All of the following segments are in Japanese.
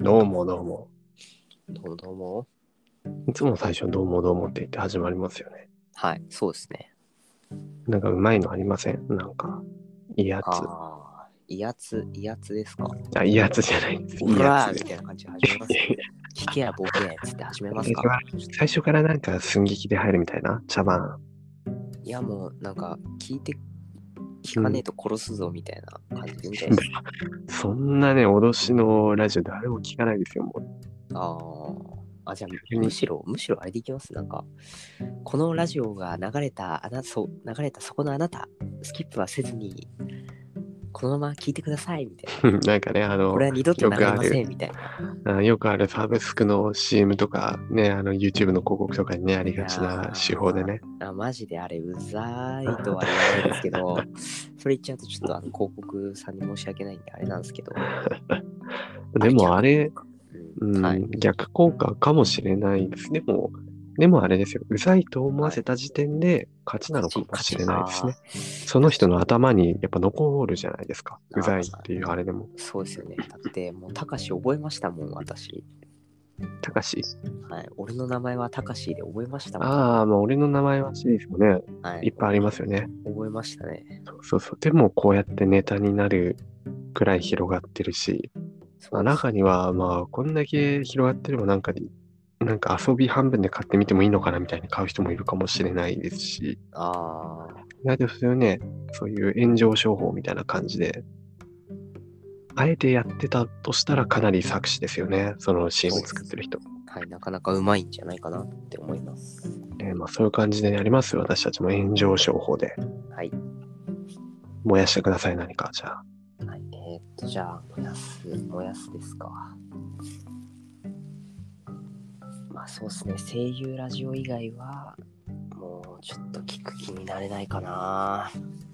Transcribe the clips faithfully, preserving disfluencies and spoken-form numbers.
どうもどうも。 どうもどうも。 いつも最初どうもどうもって言って始まりますよね。 はい、そうですね。 なんかうまいのありません？なんか、いいやつ。 ああ、威圧、威圧ですか。 あ、いいやつじゃないです。いいオやつです。 ラーみたいな感じで始めますよね。聞けやボケつって始めますか。 最初から最初からなんか寸劇で入るみたいな茶番。 いやもうなんか聞いて、聞うん。 かねえと殺すぞみたいな感じでいいんじゃないですか。 そんなね、脅しのラジオ誰も聞かないですよ、もう。 ああ、あ、じゃあ逆にむしろ、むしろあれでいきます。なんか、このラジオが流れた、あなそ流れたそこのあなた、スキップはせずに、このまま聞いてくださいみたいな。 なんかね、あの、 これは二度とよ流れませくある、 んみたいな。 あよくあるサブスクの シーエム とか、ね、あの YouTube の広告とかにね、ありいやがちな手法でね。 ーあ、マジであれうざいとは言わないですけど、それ言っちゃうとちょっとあの広告さんに申し訳ないんであれなんですけど、 でもあれ、 うん、はい。 うん、逆効果かもしれないです。でも、でもあれですよ。うざいと思わはい。 せた時点で勝ちなのか勝ち、 もしれ勝ち、ああ、 ないですね。その人の頭にやっぱ残るじゃないですか。うあざいっていうあれでも。 そうですよね。だってもう、たかし覚えましたもん、私。 たかし。 はい。俺の名前はたかしで覚えましたもん。 ああ、まあ俺の名前はシリーズもね、 はい。 いっぱいありますよね。 覚えましたね。 そうそうそう。でもこうやってネタになるくらい広がってるし、まあ、 そうです。 中にはまあこんだけ広がってればなんか、なんか遊び半分で買ってみてもいいのかなみたいに買う人もいるかもしれないですし、 あ意外とそれをね、そういう炎上商法みたいな感じで、あえてやってたとしたらかなり作詞ですよね。その シーエム 作ってる人。 あ、はい。なかなかうまいんじゃないかなって思います。 ね、まあそういう感じでやりますよ。私たちも炎上商法で。 はい。 燃やしてください、何か。じゃあ。 はい、えー、っと、じゃあ、燃やす、燃やすですか。まあそうですね、声優ラジオ以外は、もうちょっと聞く気になれないかな。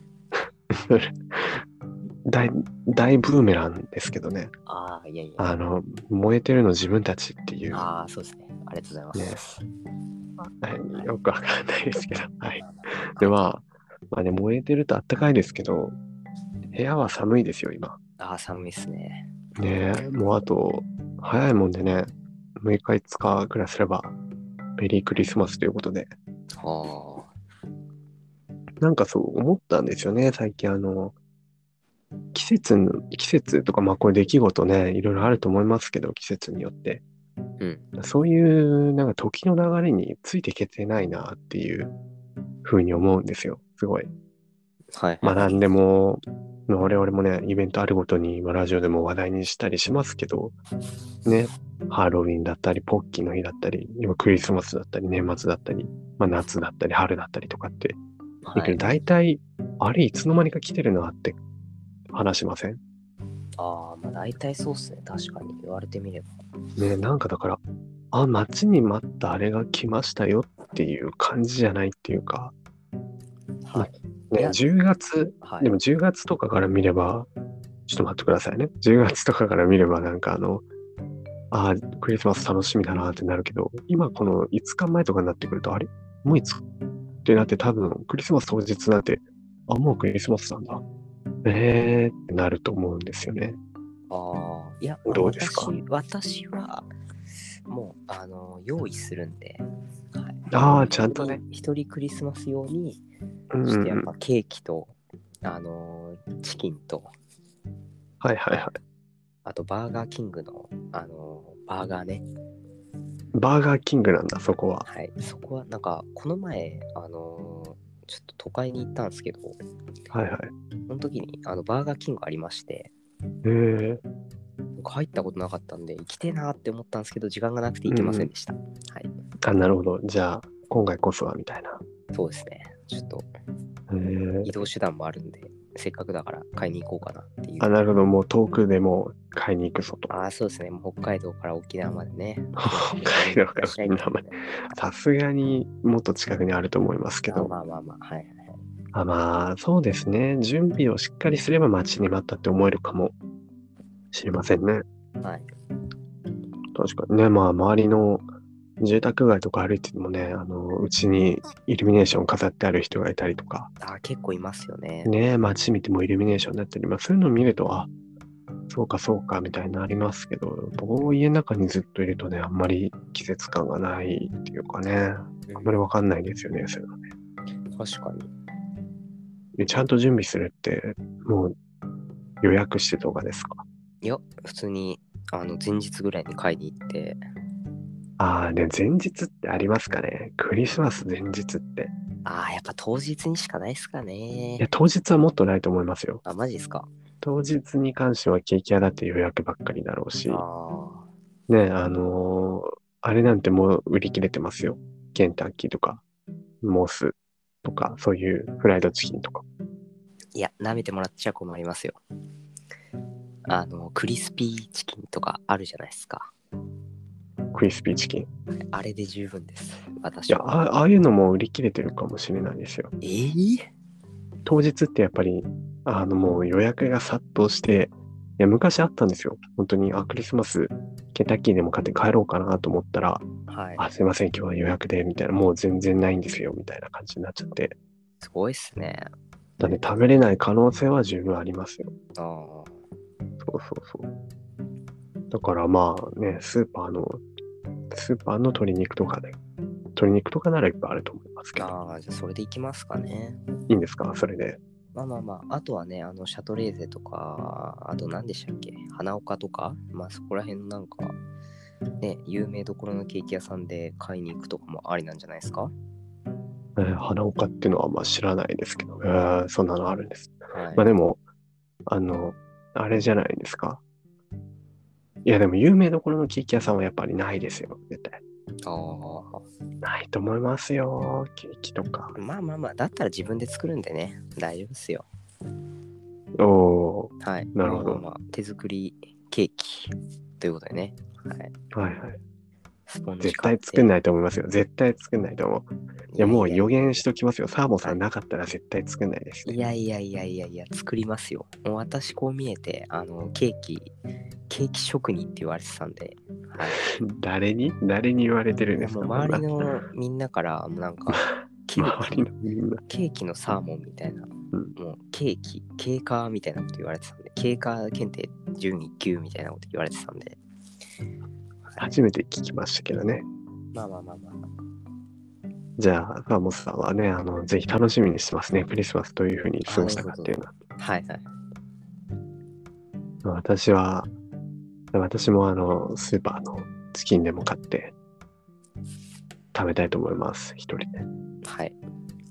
大、大ブーメランですけどね。 ああ、いやいや。 あの、燃えてるの自分たちっていう。 ああ、そうですね。ありがとうございまね。 す。 はい、よくわかんないですけど。はい。で、 はい、 まあ、まあね、燃えてるとあったかいですけど、部屋は寒いですよ、今。 ああ、寒いっすね。 ねえ、もうあと、早いもんでね、むいかいつかくらいすれば、メリークリスマスということで。 はなんかそう思ったんですよね、最近あの、季節の、季節とか、まあこれ出来事ね、いろいろあると思いますけど、季節によって。 あ。うん。 そういう、なんか時の流れについていけてないなっていうふうに思うんですよ、すごい。 はいはいはい。 まあなんでも、まあ我々もね、イベントあるごとに、まあ、ラジオでも話題にしたりしますけど、ね、ハロウィンだったり、ポッキーの日だったり、今クリスマスだったり、年末だったり、まあ夏だったり、春だったりとかって、いいけどはい。 大体、あれいつの間にか来てるなって話しません？ ああ、まあ大体そうっすね。確かに言われてみれば。 ね、なんかだから、あ、待ちに待ったあれが来ましたよっていう感じじゃないっていうか、まはい。いね、 や、 じゅうがつ、 はい。 でもじゅうがつとかから見れば、ちょっと待ってくださいね。じゅうがつとかから見ればなんかあの、ああ、クリスマス楽しみだなってなるけど、今このいつかまえとかになってくると、あれもういつってなって多分クリスマス当日なんて、あ、もうクリスマスなんだ。えーってなると思うんですよね。 ああ、いや、まあどうですか？ 私、私は、もう、あの、用意するんで、はい。 ああ、ちゃんとね。 一人クリスマス用に、 うんうんうん。 ちょっとやっぱケーキと、あのーチキンと、 はいはいはい。 あとバーガーキングの、あのーバーガーね。 バーガーキングなんだ、そこは。 はい。そこは、なんか、この前、あのーちょっと都会に行ったんですけど、 はいはい。 その時に、あの、バーガーキングありまして、 えー、 僕入ったことなかったんで、行きてえなーって思ったんですけど、時間がなくて行けうんうん。 ませんでした。はい。 あ、なるほど。じゃあ、今回こそはみたいな。 そうですね。ちょっと、 えー、 移動手段もあるんで、せっかくだから買いに行こうかなっていう。 あ、なるほど。もう遠くでも買いに行くぞと。 ああ、そうですね。もう北海道から沖縄までね。 北海道から沖縄まで。さすがにもっと近くにあると思いますけあど。 まあまあまあ、はいはいはい。 あ、まあ、そうですね。準備をしっかりすれば待ちに待ったって思えるかもしれませんね。 はい。 確かにね。まあ、周りの住宅街とか歩いててもね、あの、うちにイルミネーション飾ってある人がいたりとか、 あー結構いますよね。 ね、街見てもイルミネーションになってる。まあ、そういうのを見ると、あ、 そうかそうかみたいになりますけど、僕家の中にずっといるとね、あんまり季節感がないっていうかね、あんまりわかんないですよね、そういうのね。 確かに。 でちゃんと準備するって、もう予約してとかですか？ いや、普通に、あの、前日ぐらいに買いに行って、 ああ、ね、前日ってありますかね。クリスマス前日って。 ああ、やっぱ当日にしかないっすかいや、 ね。 当日はもっとないと思いますよ。 あ、マジっすか。 当日に関してはケーキ屋だって予約ばっかりだろうし、 あね、あのーあれなんてもう売り切れてますよ。ケンタッキーとか、モスとか、そういうフライドチキンとか。 あ。いや、舐めてもらっちゃ困りますよ。あの、クリスピーチキンとかあるじゃないですか。 クリスピーチキン。いあれで十分です。私や、 は。 あああいうのも売り切れてるかもしれないですよ。 えー、 当日ってやっぱり、あの、もう予約が殺到して、いや、昔あったんですよ。本当に、あ、クリスマス、ケンタッキーでも買って帰ろうかなと思ったら、 はい。 あ、すいません、今日は予約で、みたいな、もう全然ないんですよ、みたいな感じになっちゃって。 すごいっすね。 だね、食べれない可能性は十分ありますよ。 ああ。 そうそうそう。だからまあね、スーパーの、スーパーの鶏肉とかで、鶏肉とかならいっぱいあると思いますけど、 ああ、じゃあそれでいきますかね。 いいんですかそれで。 まあまあまあ、あとはね、あの、シャトレーゼとか、あと何でしたっけ、花岡とか、まあそこら辺なんか、ね、有名どころのケーキ屋さんで買いに行くとかもありなんじゃないですか。 えー花岡っていうのはまあ知らないですけど、えーそんなのあるんです。 はい。 まあでも、あの、あれじゃないですか。いやでも有名どころのケーキ屋さんはやっぱりないですよ、絶対。 ああ。 ないと思いますよ、ケーキとか。 まあまあまあ、だったら自分で作るんでね、大丈夫ですよ。 おー、 はい。 なるほど。 まあまあまあ、手作りケーキということでね。はい。 はいはい。 スポンジ絶買って。 対作んないと思いますよ。絶対作んないと思う。いや、もう予言しときますよ。サーモンさんなかったら絶対作んないですね。 いやいやいやいやいや、作りますよ。もう私こう見えて、あの、ケーキ、ケーキ職人って言われてたんで、はい。 誰に誰に言われてるんいやもうですか周りのみんなから、もうなんか、ケー周りのみんな。 キ、ケーキのサーモンみたいな、 うんもうケーキ、ケーカーみたいなこと言われてたんで、ケーカー検定準いっ級みたいなこと言われてたんで、はい、 初めて聞きましたけどね。 まあまあまあまあ。 じゃあ、サーモンさんはね、あの、ぜひ楽しみにしてますね。クリスマスどういうふうに過ごしたかっていうのは。 はいはい。 私は、私もあの、スーパーのチキンでも買って食べたいと思います。一人で。 はい。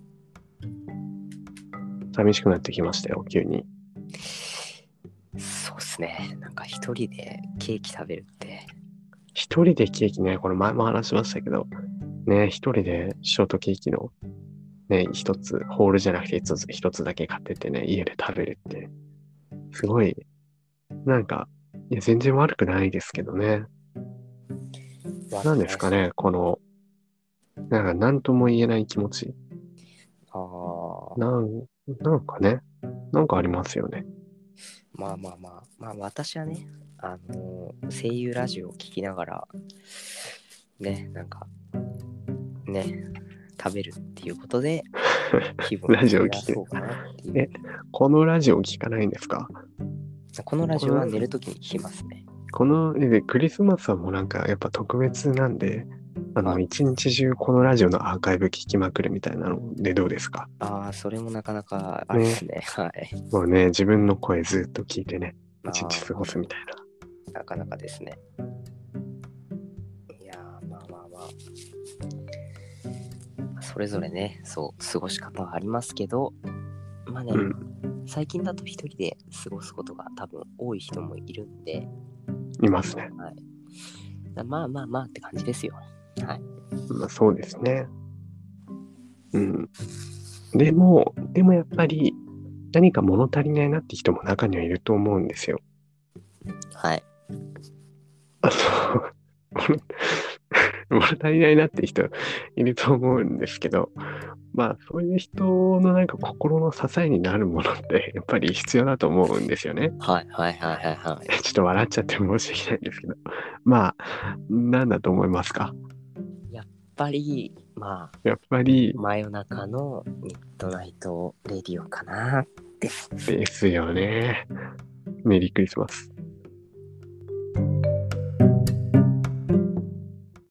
寂しくなってきましたよ、急に。 そうっすね。なんか一人でケーキ食べるって。 一人でケーキね、これ前も話しましたけど、ね、一人でショートケーキのね、一つ、ホールじゃなくて一つ、一つだけ買ってってね、家で食べるって、すごい、なんか、いや、全然悪くないですけどね。なんですかね、この、なんか何とも言えない気持ち。 ああ。 なん、なんかね、なんかありますよね。 まあまあまあ、まあ私はね、あのー声優ラジオを聞きながら、ね、なんか、ね、食べるっていうことで、気分をラジオ聞出そうかなっていう。 え、このラジオ聞かないんですか？ このラジオは寝るときに聞きますね。 この、えクリスマスはもうなんかやっぱ特別なんで、あの、 はい、 一日中このラジオのアーカイブ聞きまくるみたいなのでどうですか？ ああ、それもなかなかあれですね。はい。 もうね、自分の声ずっと聞いてね、 ま一日過ごすみたいな。 あ、なかなかですね。いやー、まあまあまあ。それぞれね、そう、過ごし方はありますけど、まあね、 うん、 最近だと一人で過ごすことが多分多い人もいるんで、 いますね。 はい。まあまあまあって感じですよ。はい。 まあそうですね。うん。でも、でもやっぱり何か物足りないなって人も中にはいると思うんですよ。 はい。 あの、物足りないなって人いると思うんですけど、まあそういう人のなんか心の支えになるものってやっぱり必要だと思うんですよね。 はいはいはいはいはい。 ちょっと笑っちゃって申し訳ないんですけど。まあ、なんだと思いますか？ やっぱり、まあ、 やっぱり、 真夜中のミッドナイトレディオかなって。 ですよね。メリークリスマス。